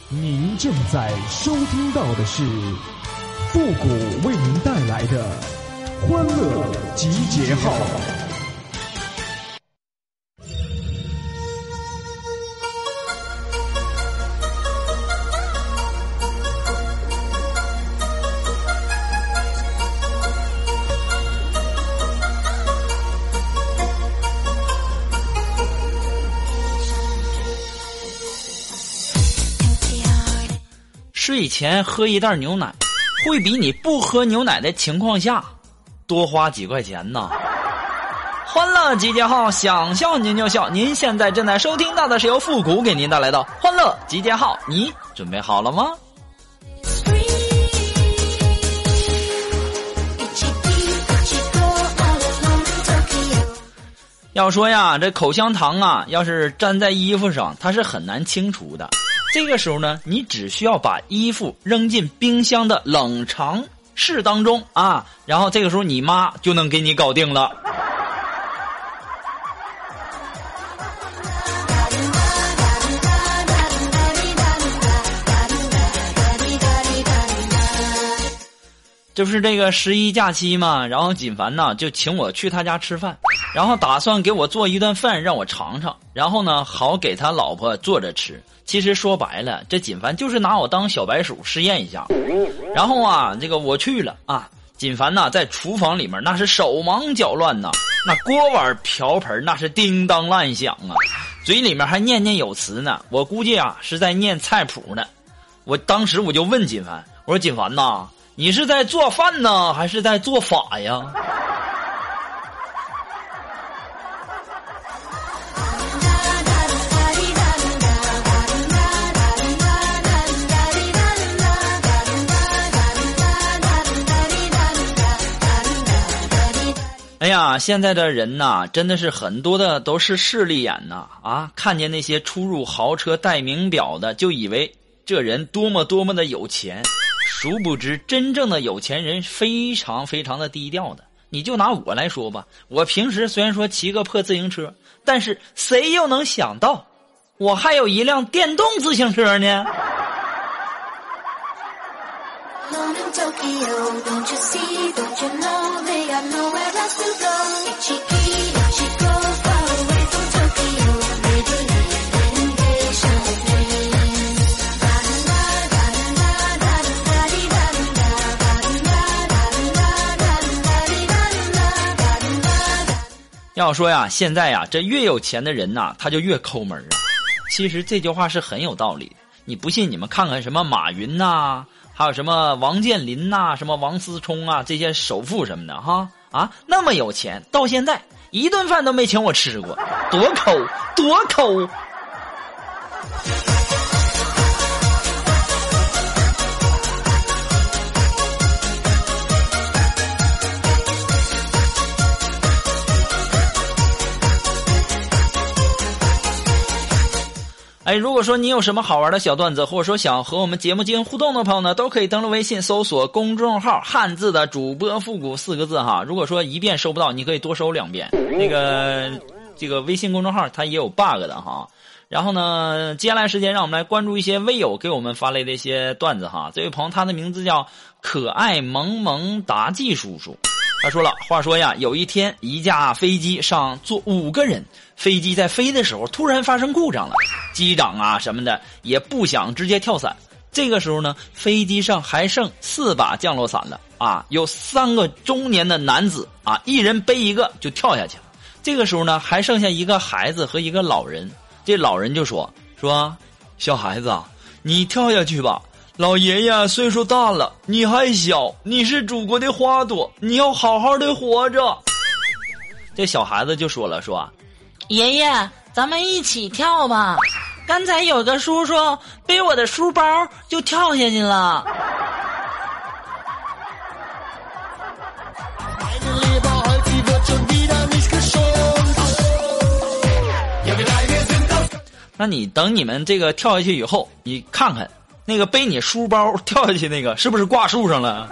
您正在收听到的是复古为您带来的欢乐集结号。 睡前喝一袋牛奶，会比你不喝牛奶的情况下多花几块钱呢。欢乐集结号，想笑您就笑。您现在正在收听到的是由复古给您带来的欢乐集结号，你准备好了吗？要说呀，这口香糖啊，要是粘在衣服上，它是很难清除的。这个时候呢，你只需要把衣服扔进冰箱的冷藏室当中啊，然后这个时候你妈就能给你搞定了。就是这个11假期嘛，然后锦凡呢就请我去他家吃饭，然后打算给我做一顿饭让我尝尝，然后呢好给他老婆做着吃。其实说白了，这锦凡就是拿我当小白鼠试验一下。然后啊，这个我去了啊，锦凡呢在厨房里面那是手忙脚乱呐，那锅碗瓢盆那是叮当乱响啊，嘴里面还念念有词呢。我估计啊是在念菜谱呢。当时我就问锦凡，我说锦凡呐，你是在做饭呢，还是在做法呀？哎呀，现在的人呐，真的是很多的都是势利眼呐啊！看见那些出入豪车、戴名表的，就以为这人多么多么的有钱。殊不知真正的有钱人非常非常的低调的。你就拿我来说吧，我平时虽然说骑个破自行车，但是谁又能想到我还有一辆电动自行车呢？要说呀，现在呀，这越有钱的人呐，他就越抠门啊。其实这句话是很有道理的。你不信，你们看看什么马云呐，还有什么王健林呐，什么王思聪啊，这些首富什么的哈啊，那么有钱，到现在一顿饭都没请我吃过，多抠，多抠。哎，如果说你有什么好玩的小段子，或者说想和我们节目进行互动的朋友呢，都可以登录微信搜索公众号汉字的主播复古4个字哈。如果说一遍收不到，你可以多收2遍。这个微信公众号它也有 bug 的哈。然后呢，接下来时间让我们来关注一些微友给我们发来的一些段子哈。这位朋友他的名字叫可爱萌萌达纪叔叔。他说了，话说呀，有一天一架飞机上坐5个人，飞机在飞的时候突然发生故障了，机长啊什么的也不想直接跳伞。这个时候呢，飞机上还剩4把降落伞了啊，有3个中年的男子啊，一人背一个就跳下去了。这个时候呢，还剩下一个孩子和一个老人。这老人就说小孩子啊，你跳下去吧，老爷爷岁数大了，你还小，你是祖国的花朵，你要好好的活着。这小孩子就说爷爷，咱们一起跳吧，刚才有个叔叔背我的书包就跳下去了。 那你等你们这个跳下去以后，你看看那个背你书包跳下去那个是不是挂树上了？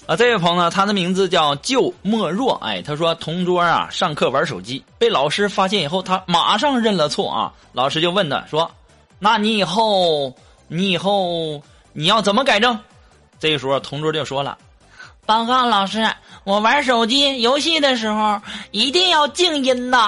这位朋友呢，他的名字叫旧莫若，他说同桌啊上课玩手机，被老师发现以后，他马上认了错啊。老师就问他说：“那你以后你要怎么改正？”这个时候同桌就说了：“ 报告老师，我玩手机游戏的时候一定要静音呐。”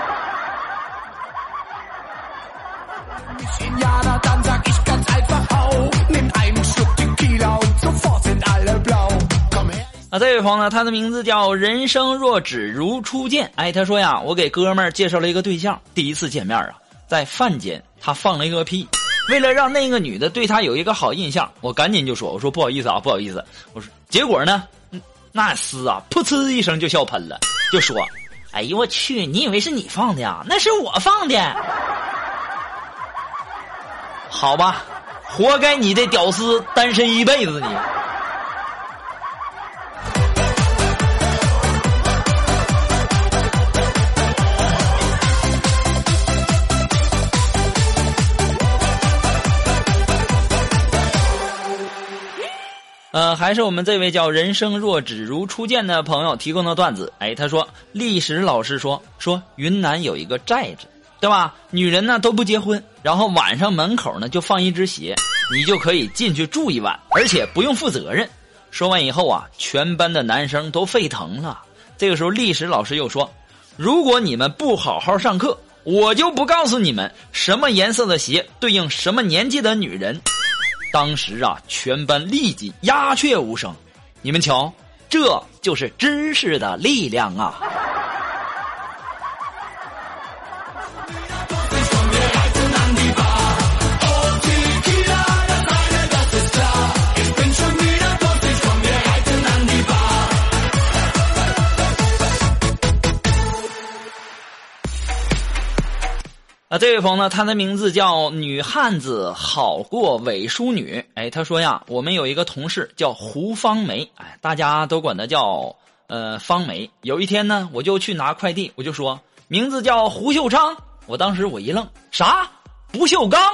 这位朋友呢，他的名字叫人生若只如初见。他说呀，我给哥们儿介绍了一个对象，第一次见面啊，在饭间他放了一个屁，为了让那个女的对他有一个好印象，我赶紧就说，我说不好意思啊，不好意思。我说结果呢，那厮啊，噗呲一声就笑喷了，就说：“哎呦我去，你以为是你放的呀？那是我放的。”好吧，活该你这屌丝单身一辈子你。还是我们这位叫人生若只如初见的朋友提供的段子。他说历史老师说云南有一个寨子，对吧？女人呢都不结婚，然后晚上门口呢就放一只鞋，你就可以进去住一晚，而且不用负责任。说完以后啊，全班的男生都沸腾了。这个时候历史老师又说，如果你们不好好上课，我就不告诉你们什么颜色的鞋对应什么年纪的女人。当时啊，全班立即鸦雀无声。你们瞧，这就是知识的力量啊！这位朋友呢，他的名字叫女汉子好过伪淑女。他说呀，我们有一个同事叫胡芳梅，大家都管她叫芳梅。有一天呢，我就去拿快递，我就说名字叫胡秀昌。我当时我一愣，啥？不锈钢？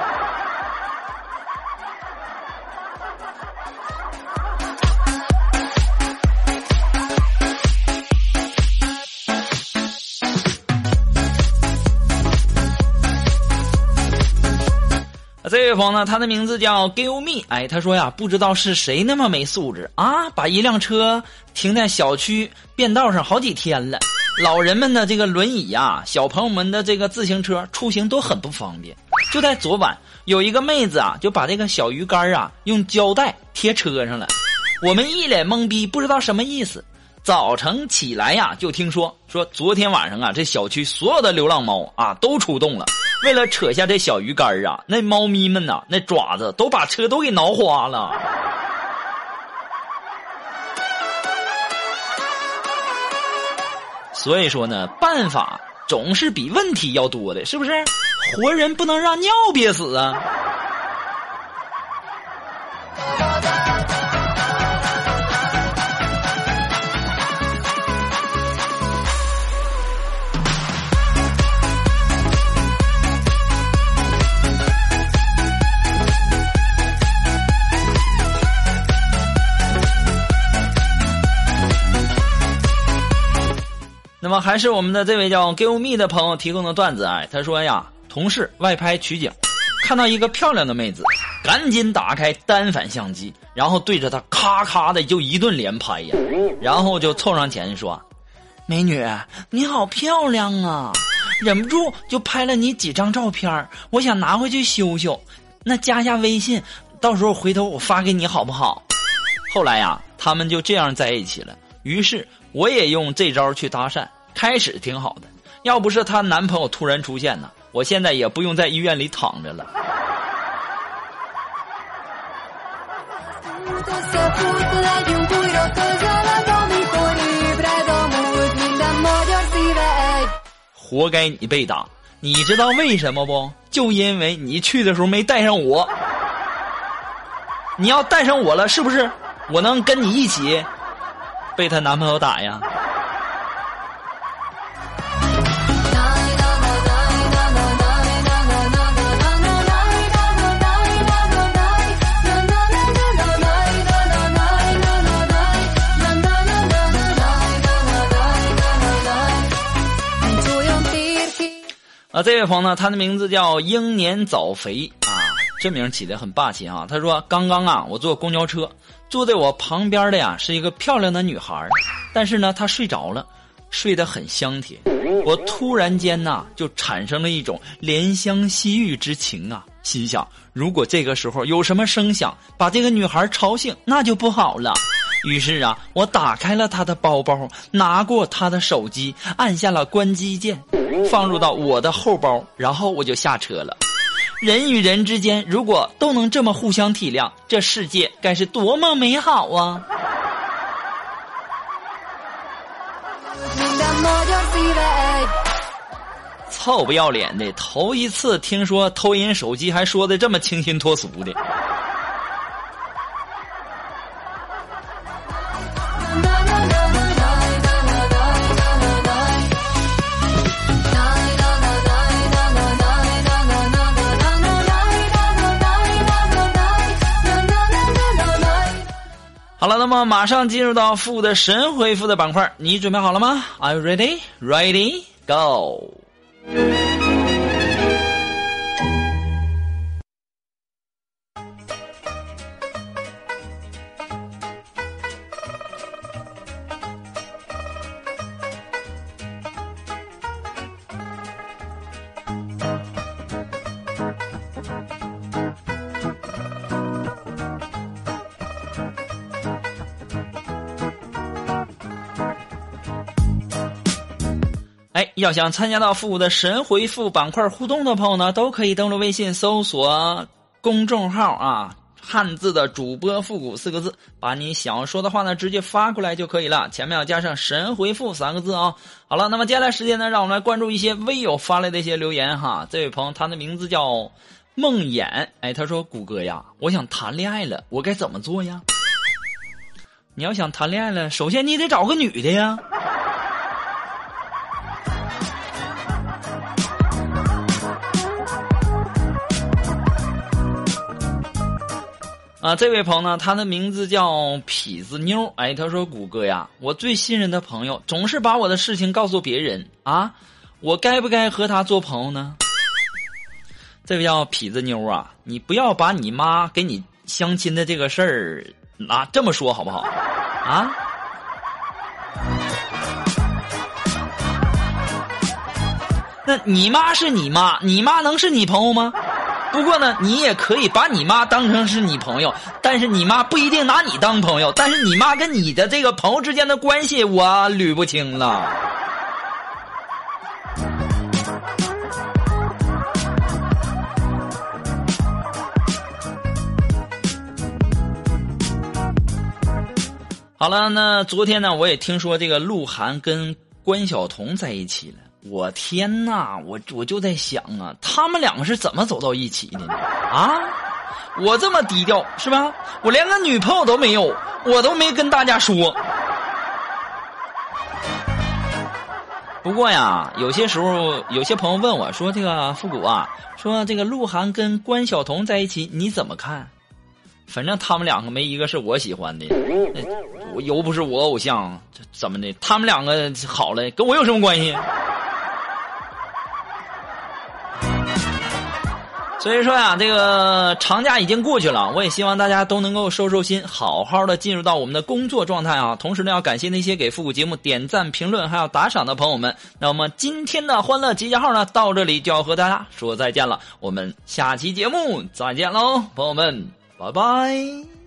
这位朋友呢，他的名字叫 Give Me。他说呀，不知道是谁那么没素质啊，把一辆车停在小区便道上好几天了。老人们的这个轮椅啊，小朋友们的这个自行车出行都很不方便。就在昨晚，有一个妹子啊，就把这个小鱼竿啊用胶带贴车上了。我们一脸懵逼，不知道什么意思。早晨起来呀，就听说昨天晚上啊，这小区所有的流浪猫啊都出动了。为了扯下这小鱼竿啊，那猫咪们呐，那爪子都把车都给挠花了。所以说呢，办法总是比问题要多的，是不是？活人不能让尿憋死啊！那么还是我们的这位叫 Give Me 的朋友提供的段子。他说呀，同事外拍取景，看到一个漂亮的妹子，赶紧打开单反相机，然后对着她咔咔的就一顿连拍呀，然后就凑上前说，美女你好漂亮啊，忍不住就拍了你几张照片，我想拿回去修修，那加下微信，到时候回头我发给你好不好？后来呀，他们就这样在一起了。于是我也用这招去搭讪，开始挺好的，要不是她男朋友突然出现呢，我现在也不用在医院里躺着了。活该你被打，你知道为什么不？就因为你去的时候没带上我。你要带上我了，是不是我能跟你一起被她男朋友打呀？ 这位朋友呢，他的名字叫英年早肥啊，这名起得很霸气啊。他说刚刚啊，我坐公交车，坐在我旁边的呀是一个漂亮的女孩，但是呢她睡着了，睡得很香甜。我突然间呐就产生了一种怜香惜玉之情啊，心想如果这个时候有什么声响把这个女孩吵醒，那就不好了。于是啊，我打开了她的包包，拿过她的手机，按下了关机键，放入到我的后包，然后我就下车了。人与人之间如果都能这么互相体谅，这世界该是多么美好啊。臭不要脸的，头一次听说偷人手机还说的这么清新脱俗的。好了，那么马上进入到负的神回复的板块，你准备好了吗？ Are you ready? Ready? Go! 要想参加到负的神回复板块互动的朋友呢，都可以登录微信搜索公众号啊，汉字的主播复古4个字，把你想说的话呢直接发过来就可以了，前面要加上神回复3个字啊。好了，那么接下来时间呢，让我们来关注一些微友发来的一些留言哈。这位朋友他的名字叫梦魇，他说谷歌呀，我想谈恋爱了，我该怎么做呀？你要想谈恋爱了，首先你得找个女的呀。这位朋友呢，他的名字叫痞子妞，他说谷歌呀，我最信任的朋友总是把我的事情告诉别人啊，我该不该和他做朋友呢？这位叫痞子妞啊，你不要把你妈给你相亲的这个事儿这么说好不好啊？那你妈是你妈，你妈能是你朋友吗？不过呢，你也可以把你妈当成是你朋友，但是你妈不一定拿你当朋友，但是你妈跟你的这个朋友之间的关系我捋不清了。好了，那昨天呢，我也听说这个鹿晗跟关晓彤在一起了。我天哪，我就在想啊，他们两个是怎么走到一起的呢？啊，我这么低调是吧？我连个女朋友都没有，我都没跟大家说。不过呀，有些时候有些朋友问我说，这个复古啊，说这个鹿晗跟关晓彤在一起你怎么看？反正他们两个没一个是我喜欢的，我又不是我偶像，怎么的？他们两个好了，跟我有什么关系？所以说呀，这个长假已经过去了，我也希望大家都能够收收心，好好的进入到我们的工作状态啊。同时呢，要感谢那些给复古节目点赞、评论还有打赏的朋友们。那么今天的欢乐集结号呢，到这里就要和大家说再见了，我们下期节目再见喽，朋友们，拜拜。